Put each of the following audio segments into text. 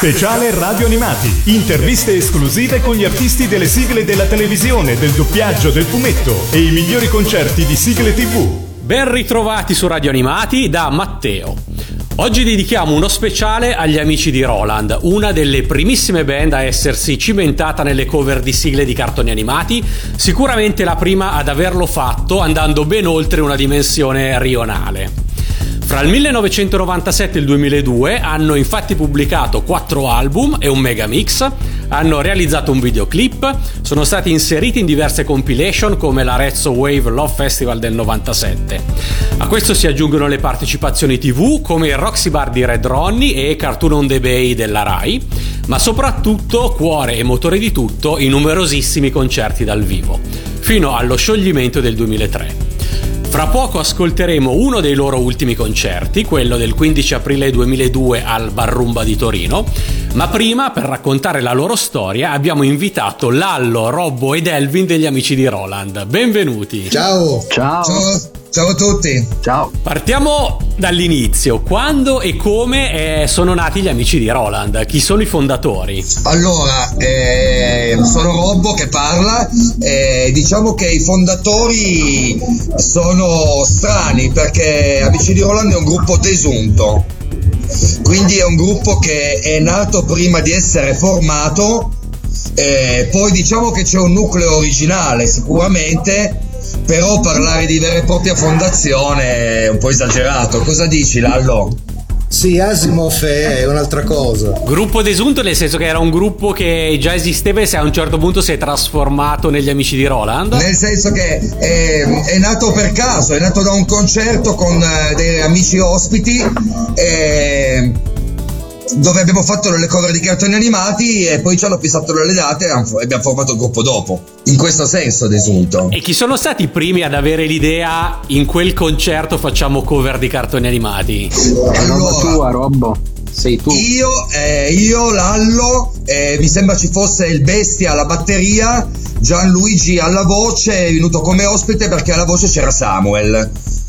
Speciale Radio Animati. Interviste esclusive con gli artisti delle sigle della televisione, del doppiaggio, del fumetto e i migliori concerti di sigle TV. Ben ritrovati su Radio Animati da Matteo. Oggi dedichiamo uno speciale agli amici di Roland, una delle primissime band a essersi cimentata nelle cover di sigle di cartoni animati, sicuramente la prima ad averlo fatto andando ben oltre una dimensione rionale. Fra il 1997 e il 2002 hanno infatti pubblicato 4 album e un megamix, hanno realizzato un videoclip, sono stati inseriti in diverse compilation come la Rezzo Wave Love Festival del 97. A questo si aggiungono le partecipazioni TV come il Roxy Bar di Red Ronnie e Cartoon on the Bay della Rai, ma soprattutto cuore e motore di tutto i numerosissimi concerti dal vivo, fino allo scioglimento del 2003. Fra poco ascolteremo uno dei loro ultimi concerti, quello del 15 aprile 2002 al Bar Rumba di Torino, ma prima, per raccontare la loro storia, abbiamo invitato Lallo, Robbo ed Elvin degli amici di Roland. Benvenuti! Ciao! Ciao! Ciao a tutti! Ciao! Partiamo dall'inizio. Quando e come sono nati gli amici di Roland? Chi sono i fondatori? Allora, sono Robbo che parla. Diciamo che i fondatori sono strani perché Amici di Roland è un gruppo desunto, quindi è un gruppo che è nato prima di essere formato. Poi diciamo che c'è un nucleo originale sicuramente, però parlare di vera e propria fondazione è un po' esagerato. Cosa dici, Lallo? Sì, Asimov è un'altra cosa. Gruppo desunto nel senso che era un gruppo che già esisteva e se a un certo punto si è trasformato negli amici di Roland? Nel senso che è nato per caso, è nato da un concerto con dei amici ospiti dove abbiamo fatto le cover di cartoni animati e poi ci hanno fissato le date e abbiamo formato il gruppo dopo. In questo senso desunto. E chi sono stati i primi ad avere l'idea in quel concerto facciamo cover di cartoni animati? Allora, tua, Robbo. Sei tu. Io Lallo, mi sembra ci fosse il Bestia alla batteria, Gianluigi alla voce, è venuto come ospite perché alla voce c'era Samuel.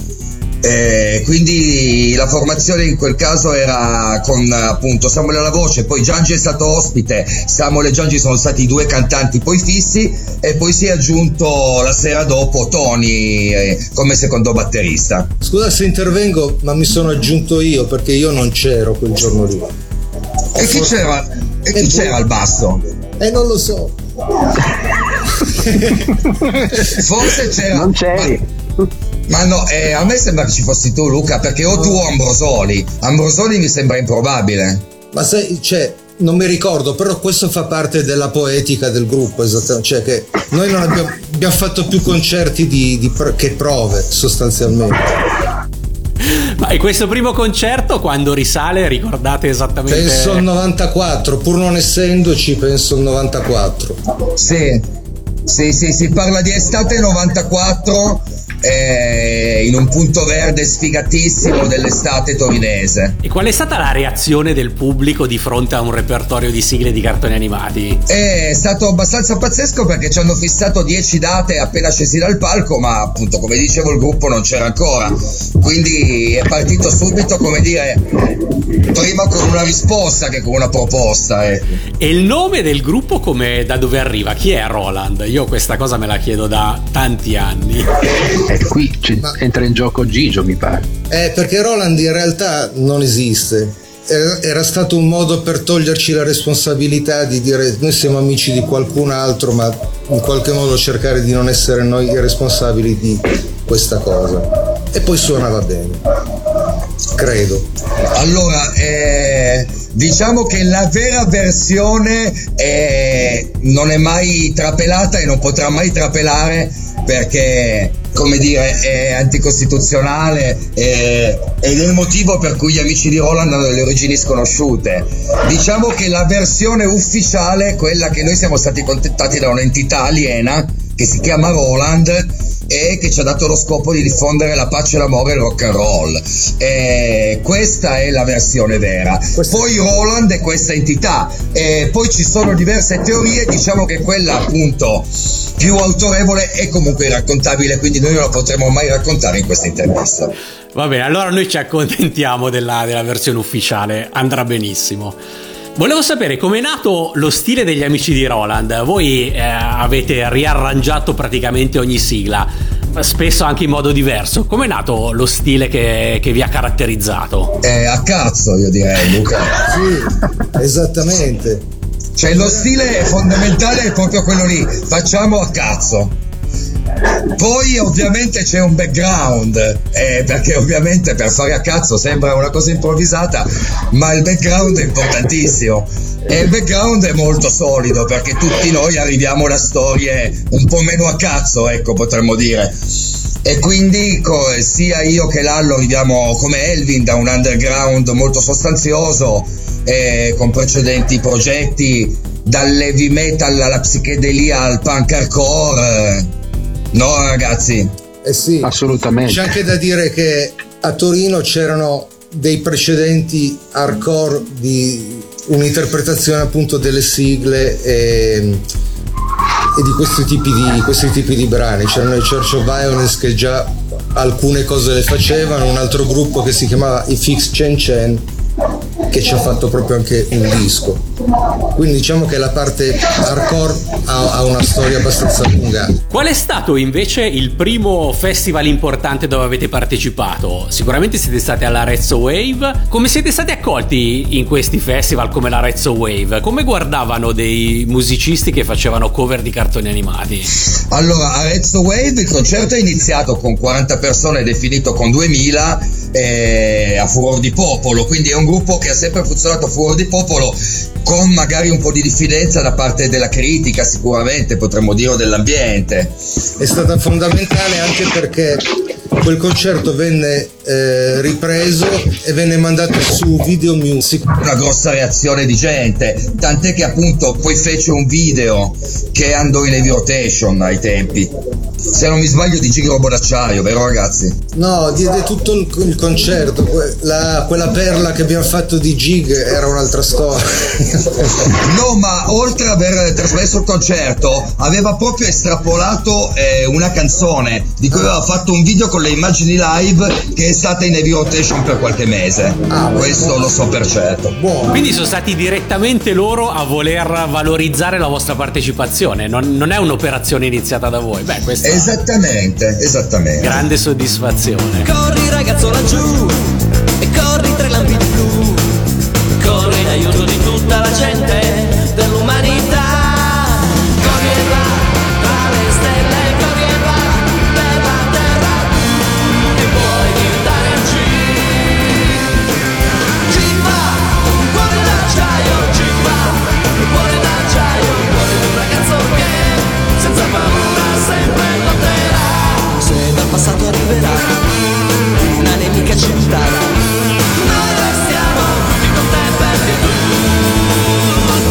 Quindi la formazione in quel caso era con appunto Samuel alla voce, poi Giangi è stato ospite, Samuel e Giangi sono stati i due cantanti poi fissi e poi si è aggiunto la sera dopo Tony come secondo batterista. Scusa se intervengo, ma mi sono aggiunto io perché io non c'ero quel giorno lì. E chi c'era? E chi c'era al basso? Non lo so. Forse c'era. Non c'eri. Ma no, a me sembra che ci fossi tu, Luca, perché o tu o Ambrosoli mi sembra improbabile. Ma sai, non mi ricordo, però questo fa parte della poetica del gruppo, esattamente, cioè che noi non abbiamo fatto più concerti che prove, sostanzialmente. Ma e questo primo concerto quando risale, ricordate esattamente? Penso al 94, pur non essendoci, penso al 94. Sì, si parla di estate 94, in un punto verde sfigatissimo dell'estate torinese. E qual è stata la reazione del pubblico di fronte a un repertorio di sigle di cartoni animati? È stato abbastanza pazzesco perché ci hanno fissato 10 date appena scesi dal palco, ma appunto come dicevo il gruppo non c'era ancora, quindi è partito subito, come dire, prima con una risposta che con una proposta. E il nome del gruppo da dove arriva? Chi è Roland? Io questa cosa me la chiedo da tanti anni. Qui entra in gioco Gigio, mi pare. Perché Roland in realtà non esiste. Era stato un modo per toglierci la responsabilità di dire noi siamo amici di qualcun altro, ma in qualche modo cercare di non essere noi i responsabili di questa cosa. E poi suonava bene, credo. Allora, diciamo che la vera versione non è mai trapelata e non potrà mai trapelare perché, come dire, è anticostituzionale ed è il motivo per cui gli amici di Roland hanno delle origini sconosciute. Diciamo che la versione ufficiale, quella che noi siamo stati contattati da un'entità aliena che si chiama Roland e che ci ha dato lo scopo di diffondere la pace, l'amore e il rock and roll. Questa è la versione vera. Poi Roland è questa entità, poi ci sono diverse teorie. Diciamo che quella appunto più autorevole è comunque irraccontabile, quindi noi non la potremo mai raccontare in questa intervista. Va bene, allora noi ci accontentiamo della versione ufficiale, andrà benissimo. Volevo sapere com'è nato lo stile degli Amici di Roland. Voi avete riarrangiato praticamente ogni sigla, spesso anche in modo diverso. Com'è nato lo stile che vi ha caratterizzato? A cazzo, io direi, Luca. Sì, esattamente. Cioè lo stile fondamentale è proprio quello lì, facciamo a cazzo. Poi ovviamente c'è un background, perché ovviamente per fare a cazzo sembra una cosa improvvisata, ma il background è importantissimo e il background è molto solido, perché tutti noi arriviamo da storie un po' meno a cazzo, ecco, potremmo dire. E quindi sia io che Lallo arriviamo come Elvin da un underground molto sostanzioso, con precedenti progetti dall'heavy metal alla psichedelia al punk hardcore. No, ragazzi? Sì, assolutamente. C'è anche da dire che a Torino c'erano dei precedenti hardcore di un'interpretazione appunto delle sigle e di questi tipi di brani. C'erano i Church of Violence che già alcune cose le facevano, un altro gruppo che si chiamava i Fix Chen Chen che ci ha fatto proprio anche un disco. Quindi diciamo che la parte hardcore ha una storia abbastanza lunga. Qual è stato invece il primo festival importante dove avete partecipato? Sicuramente siete stati alla Arezzo Wave. Come siete stati accolti in questi festival come l'Arezzo Wave? Come guardavano dei musicisti che facevano cover di cartoni animati? Allora, Arezzo Wave, il concerto è iniziato con 40 persone ed è finito con 2000 a furor di popolo, quindi è un gruppo che ha sempre funzionato a furor di popolo, con magari un po' di diffidenza da parte della critica, sicuramente potremmo dire, dell'ambiente. È stata fondamentale anche perché quel concerto venne ripreso e venne mandato su Video Music. Una grossa reazione di gente, tant'è che appunto poi fece un video che andò in heavy rotation ai tempi, se non mi sbaglio, di Gig Robo d'acciaio, vero ragazzi? No, diede tutto il concerto. Quella perla che abbiamo fatto di Gig era un'altra storia. No, ma oltre ad aver trasmesso il concerto aveva proprio estrapolato una canzone di cui aveva fatto un video con le immagini live, che è stata in heavy rotation per qualche mese. Questo lo so per certo. Buono. Quindi sono stati direttamente loro a voler valorizzare la vostra partecipazione, non è un'operazione iniziata da voi. Beh, questa Esattamente. grande soddisfazione. Corri ragazzo laggiù e corri tre lampi di blu, corri in aiuto di tutta la gente dell'umanità. Corri e va tra le stelle, corri e va per la terra, che puoi diventare un G. G va, un cuore d'acciaio, G va, un cuore d'acciaio, un cuore di un ragazzo che senza paura sempre lotterà. Se dal passato arriverà una nemica città, noi restiamo tutti con te perché tu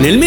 Nel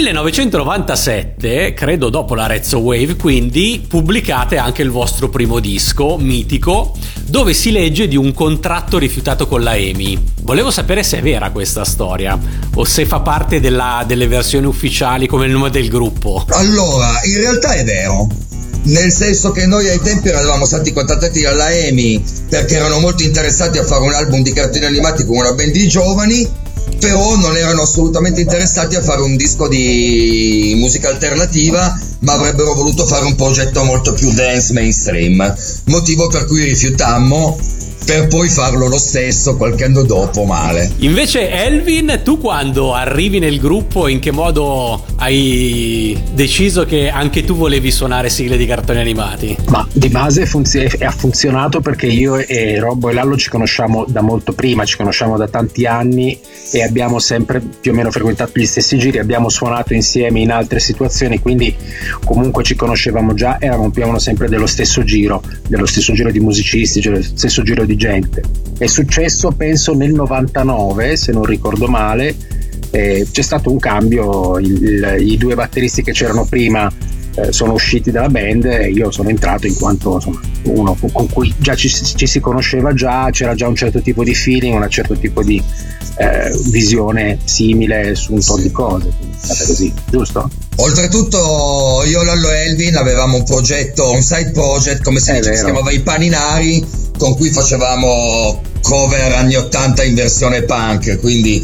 1997, credo dopo l'Arezzo Wave, quindi pubblicate anche il vostro primo disco, Mitico, dove si legge di un contratto rifiutato con la EMI. Volevo sapere se è vera questa storia o se fa parte delle versioni ufficiali come il nome del gruppo. Allora, in realtà è vero. Nel senso che noi ai tempi eravamo stati contattati dalla EMI perché erano molto interessati a fare un album di cartoni animati con una band di giovani, però non erano assolutamente interessati a fare un disco di musica alternativa, ma avrebbero voluto fare un progetto molto più dance mainstream, motivo per cui rifiutammo, per poi farlo lo stesso qualche anno dopo male. Invece Elvin, tu quando arrivi nel gruppo, in che modo hai deciso che anche tu volevi suonare sigle di cartoni animati? Ma di base ha funzionato perché io e Robbo e Lallo ci conosciamo da molto prima, ci conosciamo da tanti anni e abbiamo sempre più o meno frequentato gli stessi giri, abbiamo suonato insieme in altre situazioni, quindi comunque ci conoscevamo già, eravamo più o meno sempre dello stesso giro di musicisti, dello stesso giro di gente. È successo penso nel 99, se non ricordo male, c'è stato un cambio, i due batteristi che c'erano prima sono usciti dalla band e io sono entrato in quanto insomma, uno con cui già ci si conosceva già, c'era già un certo tipo di feeling, un certo tipo di visione simile su un po' di cose, così, giusto? Oltretutto io, Lallo e Elvin avevamo un progetto, un side project, come si chiamava I Paninari, con cui facevamo cover anni 80 in versione punk, quindi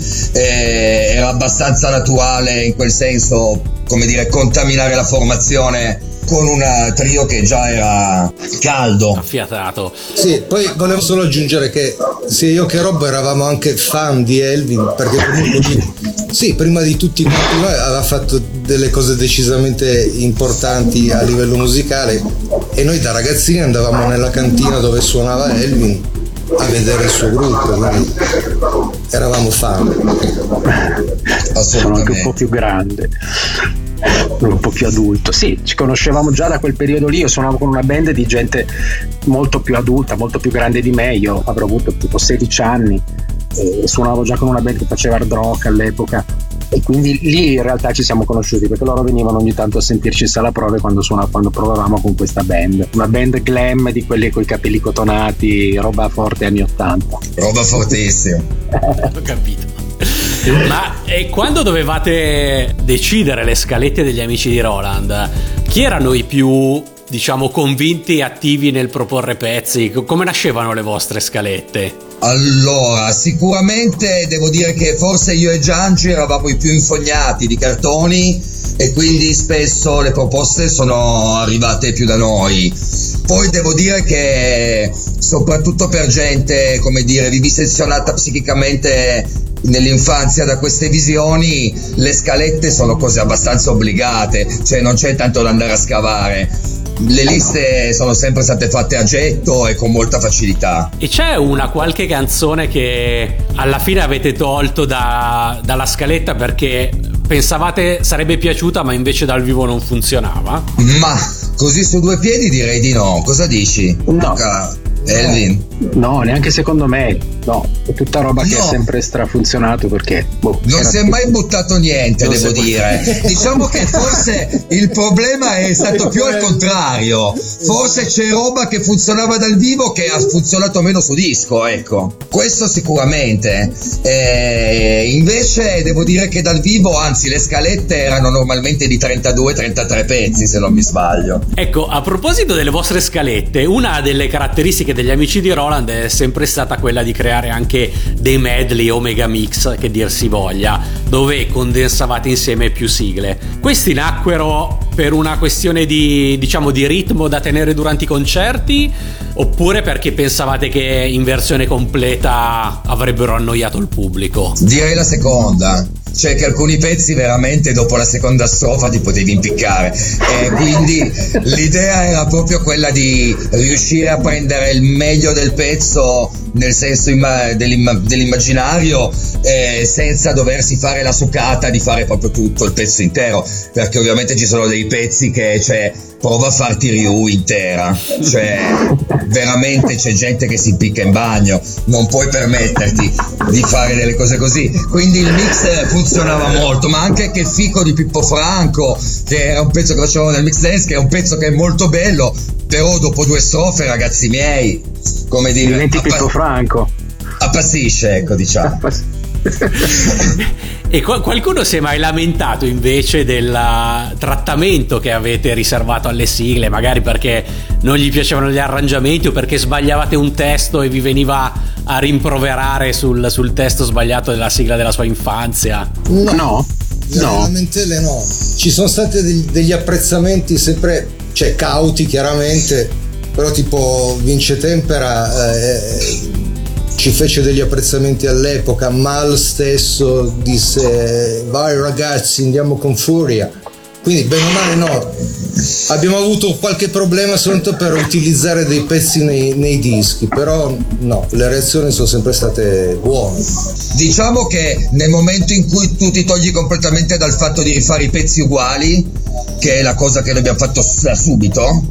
era abbastanza naturale in quel senso, come dire, contaminare la formazione con un trio che già era caldo, affiatato. Sì, poi volevo solo aggiungere che sia io che Rob eravamo anche fan di Elvin, perché comunque sì, prima di tutti quanti noi aveva fatto delle cose decisamente importanti a livello musicale e noi da ragazzini andavamo nella cantina dove suonava Elvin a vedere il suo gruppo, quindi eravamo fan. Sono anche un po' più grande, un po' più adulto. Sì, ci conoscevamo già da quel periodo lì. Io suonavo con una band di gente molto più adulta, molto più grande di me. Io avrò avuto tipo 16 anni e suonavo già con una band che faceva hard rock all'epoca, e quindi lì in realtà ci siamo conosciuti perché loro venivano ogni tanto a sentirci in sala prove quando provavamo con questa band, una band glam di quelli coi capelli cotonati, roba forte anni 80, roba fortissima. Ho capito. Ma quando dovevate decidere le scalette degli amici di Roland, chi erano i più, diciamo, convinti e attivi nel proporre pezzi? Come nascevano le vostre scalette? Allora, sicuramente devo dire che forse io e Giangi eravamo i più infognati di cartoni e quindi spesso le proposte sono arrivate più da noi. Poi devo dire che soprattutto per gente, come dire, vivisezionata psichicamente nell'infanzia da queste visioni, le scalette sono cose abbastanza obbligate, cioè non c'è tanto da andare a scavare. Le liste sono sempre state fatte a getto e con molta facilità. E c'è una qualche canzone che alla fine avete tolto dalla scaletta perché pensavate sarebbe piaciuta ma invece dal vivo non funzionava? Ma così su due piedi direi di no. Cosa dici? No. Elvin? No, neanche secondo me. No, è tutta roba che ha sempre strafunzionato perché non si è mai buttato niente, devo dire. Diciamo che forse il problema è stato più al contrario. Forse c'è roba che funzionava dal vivo che ha funzionato meno su disco, ecco. Questo sicuramente. Invece devo dire che dal vivo, anzi, le scalette erano normalmente di 32-33 pezzi, se non mi sbaglio. Ecco, a proposito delle vostre scalette, una delle caratteristiche degli amici di Roland è sempre stata quella di creare anche dei medley o mega mix, che dir si voglia, dove condensavate insieme più sigle. Questi nacquero per una questione di, diciamo, di ritmo da tenere durante i concerti, oppure perché pensavate che in versione completa avrebbero annoiato il pubblico? Direi la seconda. Cioè che alcuni pezzi veramente dopo la seconda strofa ti potevi impiccare, quindi l'idea era proprio quella di riuscire a prendere il meglio del pezzo nel senso dell'immaginario, senza doversi fare la succata di fare proprio tutto il pezzo intero, perché ovviamente ci sono dei pezzi che, cioè, prova a farti Ryu intera, cioè veramente c'è gente che si impicca in bagno, non puoi permetterti di fare delle cose così, quindi il mix funziona funzionava molto, ma anche che Fico di Pippo Franco, che era un pezzo che facevamo nel mix dance, che è un pezzo che è molto bello, però dopo 2 strofe, ragazzi miei, come dire, diventi Pippo Franco, appassisce, ecco, diciamo. E qualcuno si è mai lamentato invece del trattamento che avete riservato alle sigle, magari perché non gli piacevano gli arrangiamenti o perché sbagliavate un testo e vi veniva a rimproverare sul testo sbagliato della sigla della sua infanzia? No. Lamentele no. Ci sono stati degli apprezzamenti sempre, cioè cauti chiaramente, però tipo Vince Tempera ci fece degli apprezzamenti all'epoca. Mal stesso disse vai ragazzi andiamo con furia, quindi bene o male no, abbiamo avuto qualche problema soltanto per utilizzare dei pezzi nei dischi, però no, le reazioni sono sempre state buone. Diciamo che nel momento in cui tu ti togli completamente dal fatto di rifare i pezzi uguali, che è la cosa che noi abbiamo fatto subito,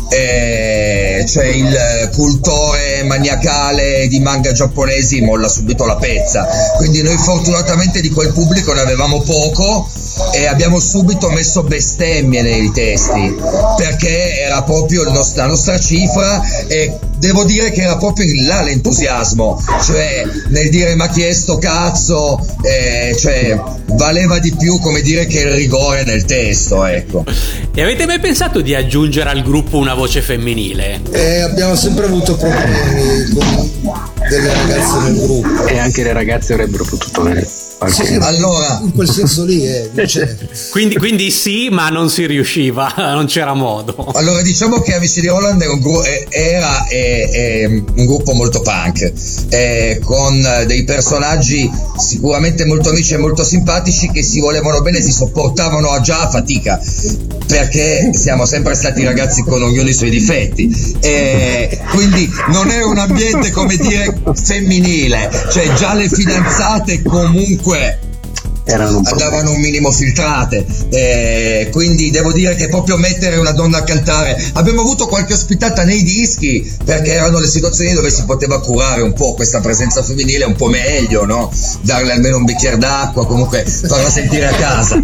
cioè il cultore maniacale di manga giapponesi molla subito la pezza, quindi noi fortunatamente di quel pubblico ne avevamo poco e abbiamo subito messo bestemmie nei testi, perché era proprio la nostra cifra, e devo dire che era proprio là l'entusiasmo, cioè nel dire ma chi è sto cazzo, cioè valeva di più, come dire, che il rigore nel testo, ecco. E avete mai pensato di aggiungere al gruppo una voce femminile? Abbiamo sempre avuto problemi con delle ragazze nel gruppo, e anche le ragazze avrebbero potuto avere sì, allora in quel senso lì cioè. quindi sì, ma non si riusciva, non c'era modo. Allora diciamo che Amici di Roland era un gruppo molto punk, con dei personaggi sicuramente molto amici e molto simpatici, che si volevano bene, si sopportavano già a fatica, perché siamo sempre stati ragazzi con ognuno i suoi difetti, quindi non è un ambiente, come dire, femminile, cioè già le fidanzate comunque andavano un minimo filtrate, quindi devo dire che proprio mettere una donna a cantare, abbiamo avuto qualche ospitata nei dischi perché erano le situazioni dove si poteva curare un po' questa presenza femminile un po' meglio, no? Darle almeno un bicchiere d'acqua, comunque farla sentire a casa,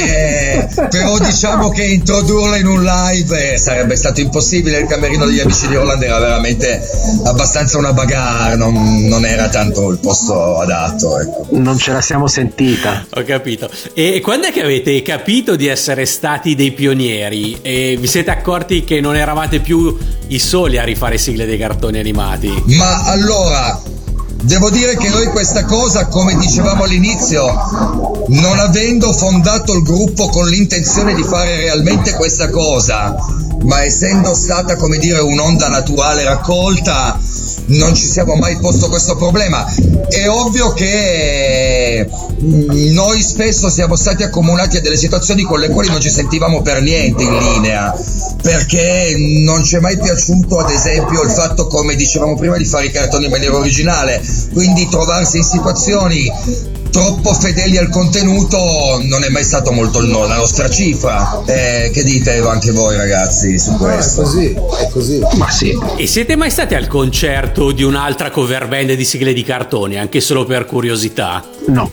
però diciamo che introdurla in un live sarebbe stato impossibile. Il camerino degli Amici di Roland era veramente abbastanza una bagarre, non era tanto il posto adatto, ecco. Non ce la siamo sentita. Ho capito. E quando è che avete capito di essere stati dei pionieri e vi siete accorti che non eravate più i soli a rifare sigle dei cartoni animati? Ma allora, devo dire che noi questa cosa, come dicevamo all'inizio, non avendo fondato il gruppo con l'intenzione di fare realmente questa cosa, ma essendo stata, come dire, un'onda naturale raccolta, non ci siamo mai posto questo problema. È ovvio che noi spesso siamo stati accomunati a delle situazioni con le quali non ci sentivamo per niente in linea, perché non ci è mai piaciuto, ad esempio, il fatto, come dicevamo prima, di fare i cartoni in maniera originale, quindi trovarsi in situazioni troppo fedeli al contenuto non è mai stato molto la nostra cifra. Che dite anche voi, ragazzi, su questo? È così. Ma sì. E siete mai stati al concerto di un'altra cover band di sigle di cartoni, anche solo per curiosità? No,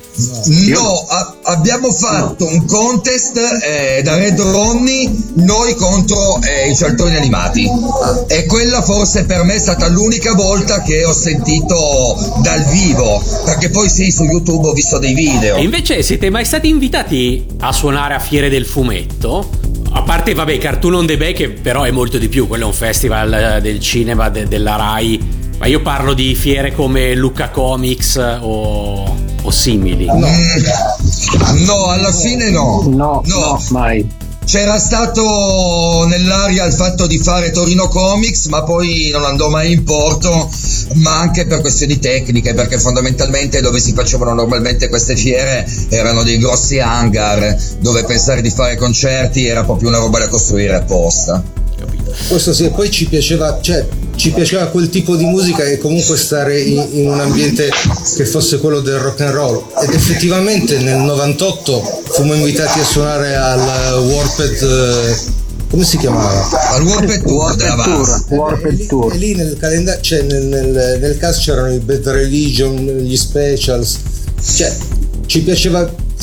abbiamo fatto un contest da Red Ronnie, noi contro i cialtroni animati, e quella forse per me è stata l'unica volta che ho sentito dal vivo, perché poi sì, su YouTube ho visto dei video. E invece siete mai stati invitati a suonare a Fiere del Fumetto? A parte, vabbè, Cartoon on the Bay, che però è molto di più, quello è un festival del cinema della Rai, ma io parlo di fiere come Lucca Comics o simili. No, alla fine no, mai. C'era stato nell'aria il fatto di fare Torino Comics, ma poi non andò mai in porto, ma anche per questioni tecniche, perché fondamentalmente dove si facevano normalmente queste fiere erano dei grossi hangar, dove pensare di fare concerti era proprio una roba da costruire apposta. Questo sì, e poi ci piaceva quel tipo di musica, e comunque stare in un ambiente che fosse quello del rock and roll, ed effettivamente nel 98 fummo invitati a suonare al Warped, come si chiamava? Al Warped Tour della VAS. Warped Tour. E lì nel calendario, cioè nel cast c'erano i Bad Religion, gli Specials, cioè ci piaceva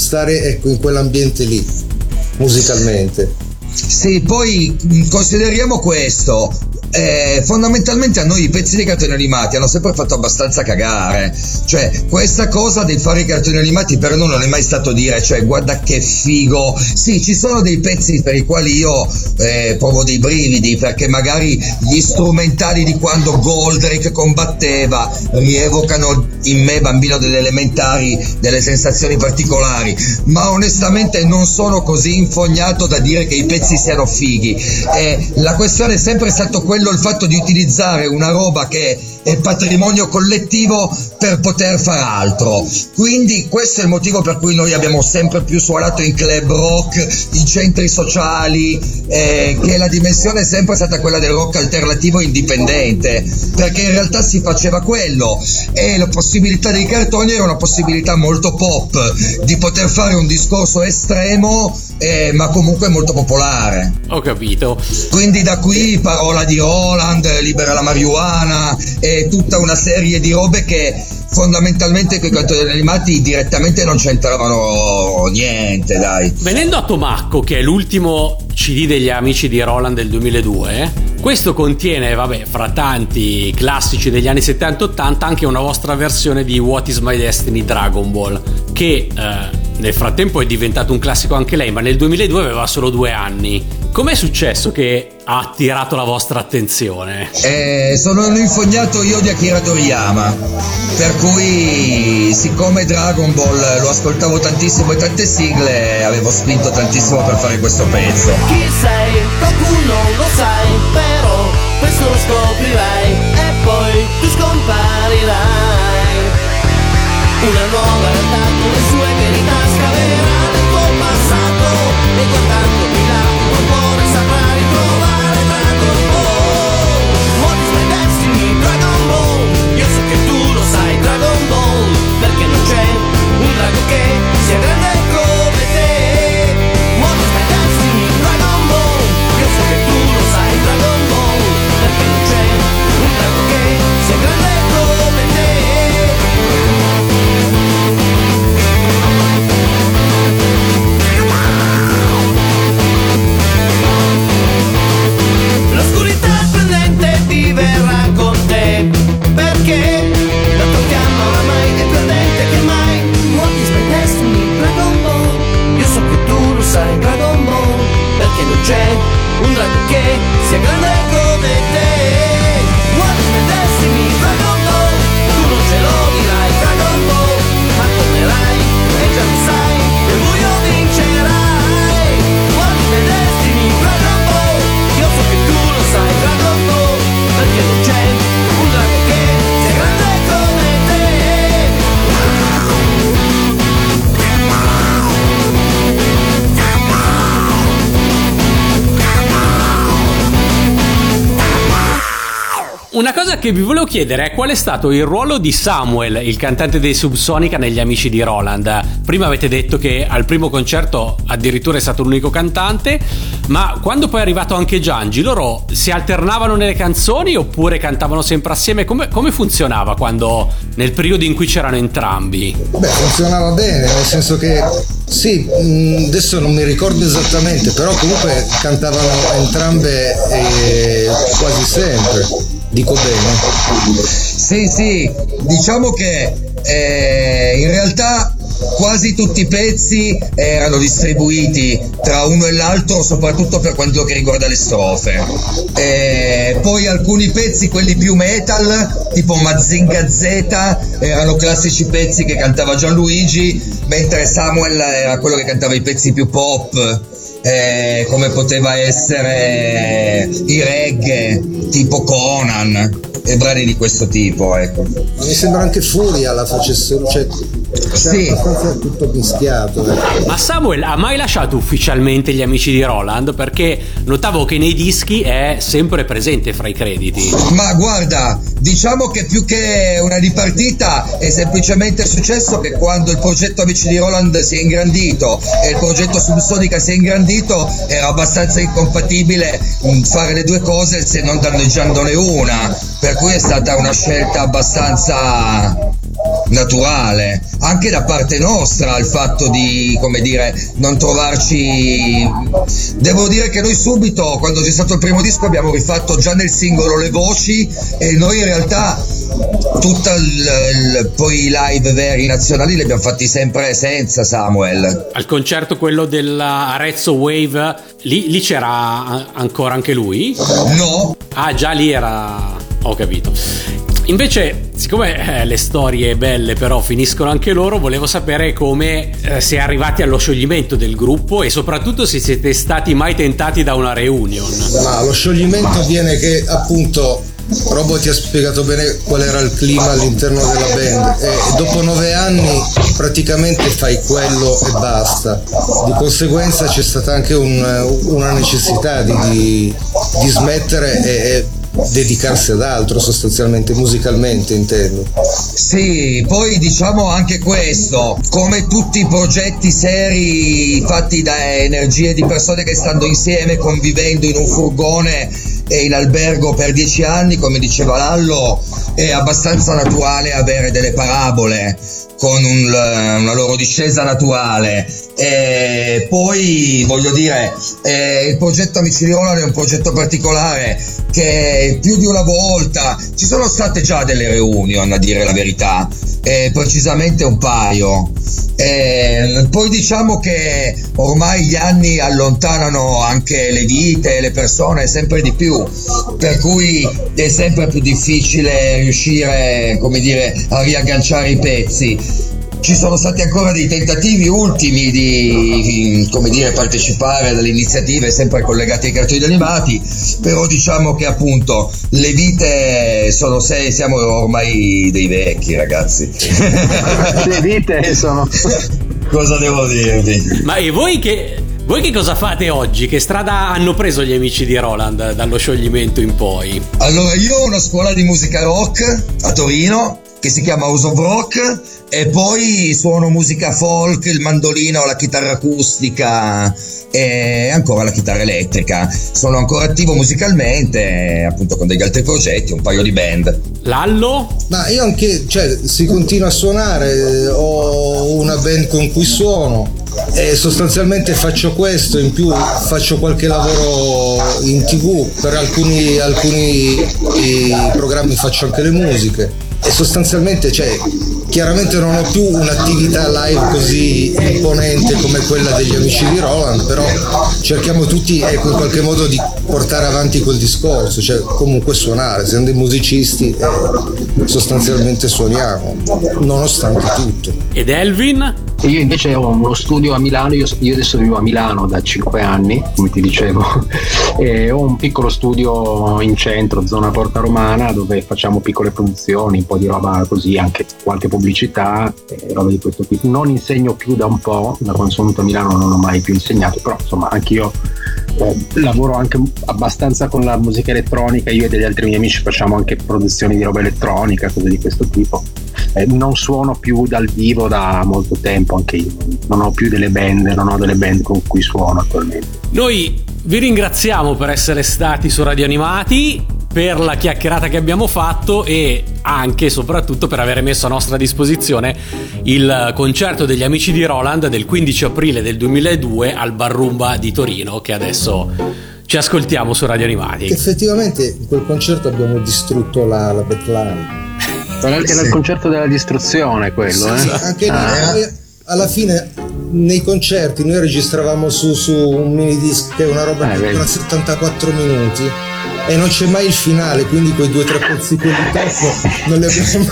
stare, ecco, in quell'ambiente lì musicalmente. Sì, poi consideriamo questo. Fondamentalmente a noi i pezzi dei cartoni animati hanno sempre fatto abbastanza cagare, cioè questa cosa di fare i cartoni animati per noi non è mai stato dire, cioè guarda che figo. Sì, ci sono dei pezzi per i quali io provo dei brividi, perché magari gli strumentali di quando Goldrake combatteva rievocano in me, bambino delle elementari, delle sensazioni particolari, ma onestamente non sono così infognato da dire che i pezzi siano fighi. La questione è sempre stato quello, il fatto di utilizzare una roba che è patrimonio collettivo per poter far altro. Quindi questo è il motivo per cui noi abbiamo sempre più suonato in club rock, in centri sociali, che la dimensione è sempre stata quella del rock alternativo indipendente, perché in realtà si faceva quello, e la possibilità dei cartoni era una possibilità molto pop di poter fare un discorso estremo, ma comunque molto popolare. Ho capito. Quindi da qui parola di Roland, libera la marijuana e tutta una serie di robe che fondamentalmente con i cartoni animati direttamente non c'entravano niente, dai. Venendo a Tomacco, che è l'ultimo CD degli amici di Roland del 2002, questo contiene, vabbè, fra tanti classici degli anni 70-80, anche una vostra versione di What is My Destiny Dragon Ball, che nel frattempo è diventato un classico anche lei, ma nel 2002 aveva solo 2 anni. Com'è successo che ha attirato la vostra attenzione? Sono un infognato io di Akira Toriyama, per cui siccome Dragon Ball lo ascoltavo tantissimo e tante sigle, avevo spinto tantissimo per fare questo pezzo. Chi sei? Qualcuno lo sai, però questo lo scoprirai e poi tu scomparirai. Una nuova realtà con le sue verità scaverà nel tuo passato e guardando di là il tuo cuore saprà ritrovare Dragon Ball. What is my destiny? Dragon Ball. Io so che tu lo sai, Dragon Ball, perché non c'è un drago che sia grande come te. What is my destiny? Dragon Ball. Io so che tu lo sai, Dragon Ball, perché non c'è un drago che sia grande come te. L'oscurità splendente diverrà con te, perché la tua fiamma oramai è più ardente che mai. What is my destiny? Dragon Ball. Io so che tu lo sai, Dragon Ball, perché non c'è un drago che sia grande come te. What is my destiny? Dragon Ball. Tu non ce lo dirai, Dragon Ball, ma tornerai e già lo sai, nel buio vincerai. What is my destiny? Dragon Ball. Io so che tu lo sai, Dragon Ball, perché non c'è un drago che sia grande come te. Una cosa che vi volevo chiedere è qual è stato il ruolo di Samuel, il cantante dei Subsonica, negli amici di Roland. Prima avete detto che al primo concerto addirittura è stato l'unico cantante, ma quando poi è arrivato anche Giangi, loro si alternavano nelle canzoni oppure cantavano sempre assieme? Come funzionava quando, nel periodo in cui c'erano entrambi? Beh, funzionava bene, nel senso che sì, adesso non mi ricordo esattamente, però comunque cantavano entrambe quasi sempre. Dico bene? Sì, diciamo che in realtà quasi tutti i pezzi erano distribuiti tra uno e l'altro, soprattutto per quanto riguarda le strofe. Poi alcuni pezzi, quelli più metal, tipo Mazinga Z, erano classici pezzi che cantava Gianluigi, mentre Samuel era quello che cantava i pezzi più pop, come poteva essere i reggae tipo Conan e brani di questo tipo, ecco. Ma mi sembra anche Furia la facessero, cioè sì, abbastanza tutto mischiato. Ma Samuel ha mai lasciato ufficialmente gli amici di Roland? Perché notavo che nei dischi è sempre presente fra i crediti. Ma guarda, diciamo che più che una dipartita è semplicemente successo che quando il progetto Amici di Roland si è ingrandito e il progetto Subsonica si è ingrandito, era abbastanza incompatibile fare le due cose se non danneggiandone una, per cui è stata una scelta abbastanza naturale, anche da parte nostra, il fatto di, come dire, non trovarci. Devo dire che noi subito, quando c'è stato il primo disco, abbiamo rifatto già nel singolo le voci, e noi in realtà poi i live veri nazionali li abbiamo fatti sempre senza Samuel. Al concerto quello dell'Arezzo Wave, lì c'era ancora anche lui? No. Ah, già lì era, ho capito. Invece, siccome le storie belle però finiscono anche loro, volevo sapere come si è arrivati allo scioglimento del gruppo, e soprattutto se siete stati mai tentati da una reunion. Ma lo scioglimento avviene che, appunto, Robo ti ha spiegato bene qual era il clima all'interno della band, e dopo 9 anni praticamente fai quello e basta. Di conseguenza c'è stata anche una necessità di smettere e dedicarsi ad altro, sostanzialmente, musicalmente intendo. Sì, poi diciamo anche questo, come tutti i progetti seri fatti da energie di persone che stanno insieme, convivendo in un furgone e in albergo per 10 anni, come diceva Lallo, è abbastanza naturale avere delle parabole con una loro discesa naturale. E poi voglio dire, il progetto Amici di Roland è un progetto particolare, che più di una volta ci sono state già delle reunion, a dire la verità, precisamente un paio. Poi diciamo che ormai gli anni allontanano anche le vite e le persone sempre di più, per cui è sempre più difficile riuscire, come dire, a riagganciare i pezzi. Ci sono stati ancora dei tentativi ultimi di, come dire, partecipare alle iniziative sempre collegate ai cartoni animati, però diciamo che appunto le vite siamo ormai dei vecchi, ragazzi. Le vite sono... Cosa devo dirvi? Ma e voi che cosa fate oggi? Che strada hanno preso gli Amici di Roland dallo scioglimento in poi? Allora, io ho una scuola di musica rock a Torino che si chiama House of Rock, e poi suono musica folk, il mandolino, la chitarra acustica e ancora la chitarra elettrica. Sono ancora attivo musicalmente, appunto, con degli altri progetti, un paio di band. Lallo? Ma io anche, si continua a suonare, ho una band con cui suono e sostanzialmente faccio questo, in più faccio qualche lavoro in TV, per alcuni programmi faccio anche le musiche, e sostanzialmente, chiaramente non ho più un'attività live così imponente come quella degli Amici di Roland, però cerchiamo tutti, in qualche modo, di portare avanti quel discorso, comunque suonare, siamo dei musicisti e sostanzialmente suoniamo, nonostante tutto. Ed Elvin? Io invece ho uno studio a Milano, io adesso vivo a Milano da 5 anni, come ti dicevo, e ho un piccolo studio in centro, zona Porta Romana, dove facciamo piccole produzioni, un po' di roba così, anche qualche pubblicità, roba di questo tipo. Non insegno più da un po', da quando sono venuto a Milano non ho mai più insegnato, però insomma anch'io lavoro anche abbastanza con la musica elettronica, io e degli altri miei amici facciamo anche produzioni di roba elettronica, cose di questo tipo. Non suono più dal vivo da molto tempo, anche io non ho più delle band con cui suono attualmente. Noi vi ringraziamo per essere stati su Radio Animati, per la chiacchierata che abbiamo fatto e anche e soprattutto per aver messo a nostra disposizione il concerto degli Amici di Roland del 15 aprile del 2002 al Bar Rumba di Torino, che adesso ci ascoltiamo su Radio Animati. Effettivamente in quel concerto abbiamo distrutto la backline. Era il concerto della distruzione quello, sì, anche lì, alla fine nei concerti noi registravamo su un mini disc che è una roba che dura 74 minuti e non c'è mai il finale, quindi quei 2 o 3 pezzi quelli top non li abbiamo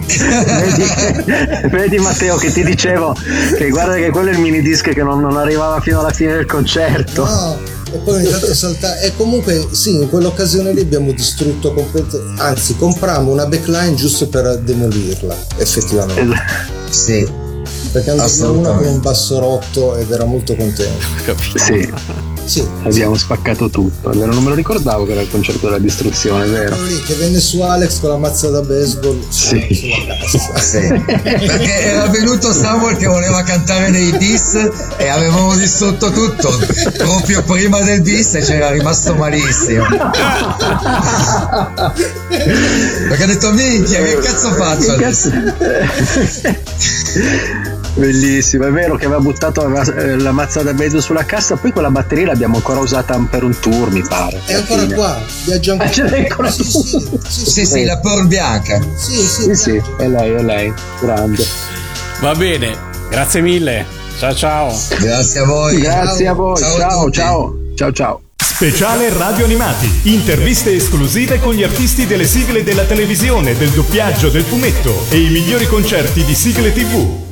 mai. Vedi Matteo che ti dicevo che guarda che quello è il mini disc che non arrivava fino alla fine del concerto. No. E poi ogni tanto saltare, e comunque sì, in quell'occasione lì abbiamo distrutto completamente, anzi comprammo una backline giusto per demolirla, effettivamente. Sì, perché andava una con un basso rotto ed era molto contento. Capito? Sì. Sì. Abbiamo spaccato tutto. Non me lo ricordavo che era il concerto della distruzione, vero? Quello lì che venne su Alex con la mazza da baseball Sì. sulla cassa. Sì, perché era venuto Samuel che voleva cantare nei bis e avevamo distrutto tutto proprio prima del bis e c'era rimasto malissimo perché ha detto minchia che cazzo faccio adesso? Bellissimo, è vero che aveva buttato la mazza da baseball sulla cassa, poi quella batteria l'abbiamo ancora usata per un tour, mi pare. È ancora qua, viaggia ancora. Ce l'hai ancora tu? Sì, la Pearl bianca. Sì, è lei, grande. Va bene, grazie mille. Ciao. Grazie a voi. Grazie a voi. Ciao. Speciale Radio Animati. Interviste esclusive con gli artisti delle sigle della televisione, del doppiaggio, del fumetto e i migliori concerti di sigle TV.